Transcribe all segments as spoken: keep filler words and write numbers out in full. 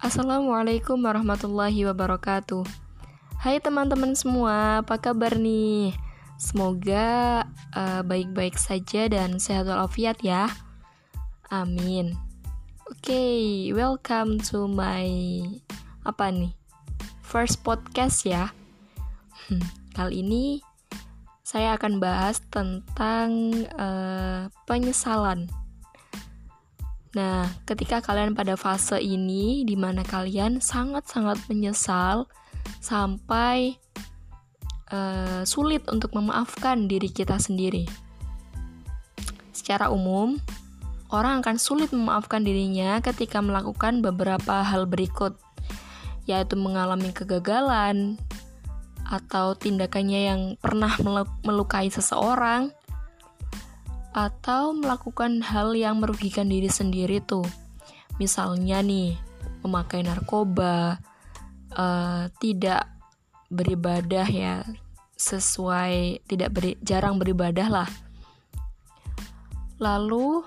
Assalamualaikum warahmatullahi wabarakatuh. Hai teman-teman semua, apa kabar nih? Semoga uh, baik-baik saja dan sehat walafiat ya. Amin. Oke, okay, welcome to my apa nih? First podcast ya. Hmm, kali ini saya akan bahas tentang uh, penyesalan. Nah, ketika kalian pada fase ini di mana kalian sangat-sangat menyesal sampai uh, sulit untuk memaafkan diri kita sendiri. Secara umum, orang akan sulit memaafkan dirinya ketika melakukan beberapa hal berikut, yaitu mengalami kegagalan atau tindakannya yang pernah melukai seseorang, atau melakukan hal yang merugikan diri sendiri tuh. Misalnya nih, memakai narkoba, uh, tidak beribadah ya, sesuai, tidak beri, jarang beribadah lah. Lalu,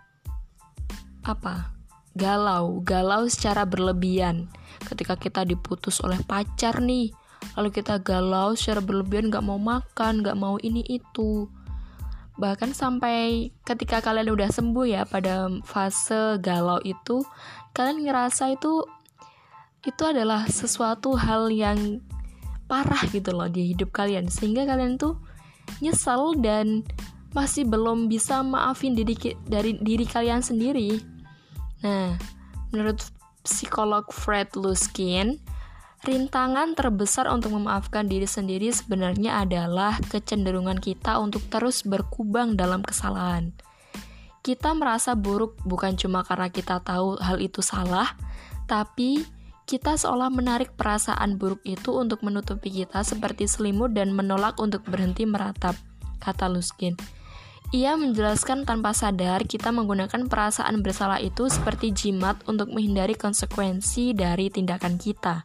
apa? Galau, galau secara berlebihan. Ketika kita diputus oleh pacar nih, lalu kita galau secara berlebihan, gak mau makan, gak mau ini itu. Bahkan sampai ketika kalian udah sembuh ya pada fase galau itu, kalian ngerasa itu itu adalah sesuatu hal yang parah gitu loh di hidup kalian, sehingga kalian tuh nyesel dan masih belum bisa maafin diri dari diri kalian sendiri. Nah, menurut psikolog Fred Luskin, rintangan terbesar untuk memaafkan diri sendiri sebenarnya adalah kecenderungan kita untuk terus berkubang dalam kesalahan. Kita merasa buruk bukan cuma karena kita tahu hal itu salah, tapi kita seolah menarik perasaan buruk itu untuk menutupi kita seperti selimut dan menolak untuk berhenti meratap, kata Luskin. Ia menjelaskan tanpa sadar kita menggunakan perasaan bersalah itu seperti jimat untuk menghindari konsekuensi dari tindakan kita.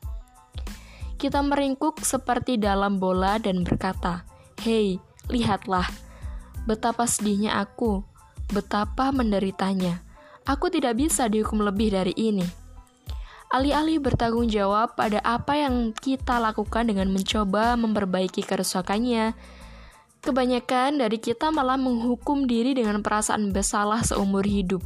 Kita meringkuk seperti dalam bola dan berkata, "Hei, lihatlah, betapa sedihnya aku, betapa menderitanya. Aku tidak bisa dihukum lebih dari ini." Alih-alih bertanggung jawab pada apa yang kita lakukan dengan mencoba memperbaiki kerusakannya, kebanyakan dari kita malah menghukum diri dengan perasaan bersalah seumur hidup.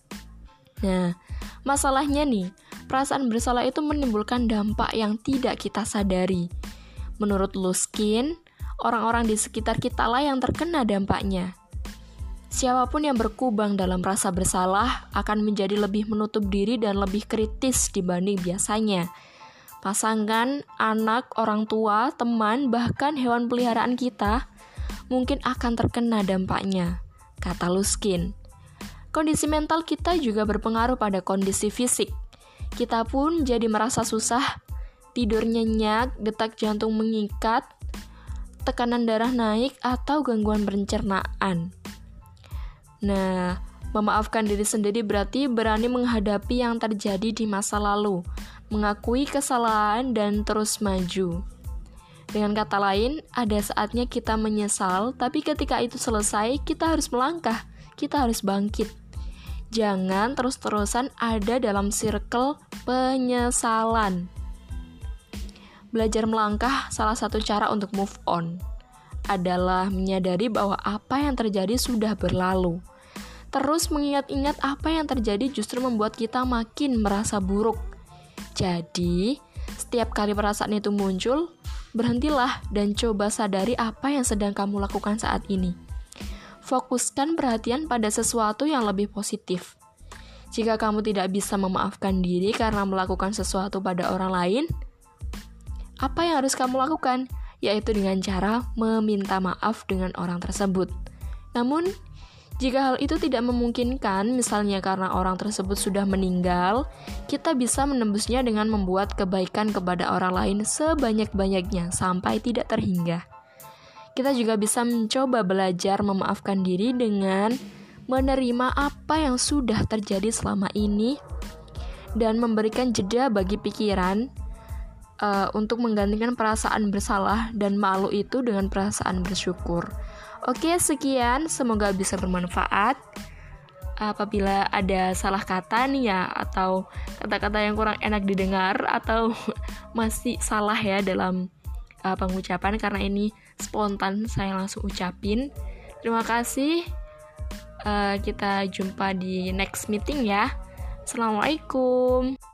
Nah, masalahnya nih, perasaan bersalah itu menimbulkan dampak yang tidak kita sadari. Menurut Luskin, orang-orang di sekitar kita lah yang terkena dampaknya. Siapapun yang berkubang dalam rasa bersalah akan menjadi lebih menutup diri dan lebih kritis dibanding biasanya. Pasangan, anak, orang tua, teman, bahkan hewan peliharaan kita mungkin akan terkena dampaknya, kata Luskin. Kondisi mental kita juga berpengaruh pada kondisi fisik. Kita pun jadi merasa susah, tidur nyenyak, detak jantung mengikat, tekanan darah naik, atau gangguan pencernaan. Nah, memaafkan diri sendiri berarti berani menghadapi yang terjadi di masa lalu, mengakui kesalahan, dan terus maju. Dengan kata lain, ada saatnya kita menyesal, tapi ketika itu selesai, kita harus melangkah, kita harus bangkit. Jangan terus-terusan ada dalam circle penyesalan. Belajar melangkah, salah satu cara untuk move on adalah menyadari bahwa apa yang terjadi sudah berlalu. Terus mengingat-ingat apa yang terjadi justru membuat kita makin merasa buruk. Jadi, setiap kali perasaan itu muncul, berhentilah dan coba sadari apa yang sedang kamu lakukan saat ini. Fokuskan perhatian pada sesuatu yang lebih positif. Jika kamu tidak bisa memaafkan diri karena melakukan sesuatu pada orang lain, apa yang harus kamu lakukan? Yaitu dengan cara meminta maaf dengan orang tersebut. Namun, jika hal itu tidak memungkinkan, misalnya karena orang tersebut sudah meninggal, kita bisa menembusnya dengan membuat kebaikan kepada orang lain sebanyak-banyaknya sampai tidak terhingga. Kita juga bisa mencoba belajar memaafkan diri dengan menerima apa yang sudah terjadi selama ini dan memberikan jeda bagi pikiran uh, untuk menggantikan perasaan bersalah dan malu itu dengan perasaan bersyukur. Oke, sekian. Semoga bisa bermanfaat. Apabila ada salah kata nih ya, atau kata-kata yang kurang enak didengar, atau masih salah ya dalam uh, pengucapan, karena ini spontan saya langsung ucapin. Terima kasih. Uh, kita jumpa di next meeting ya. Assalamualaikum.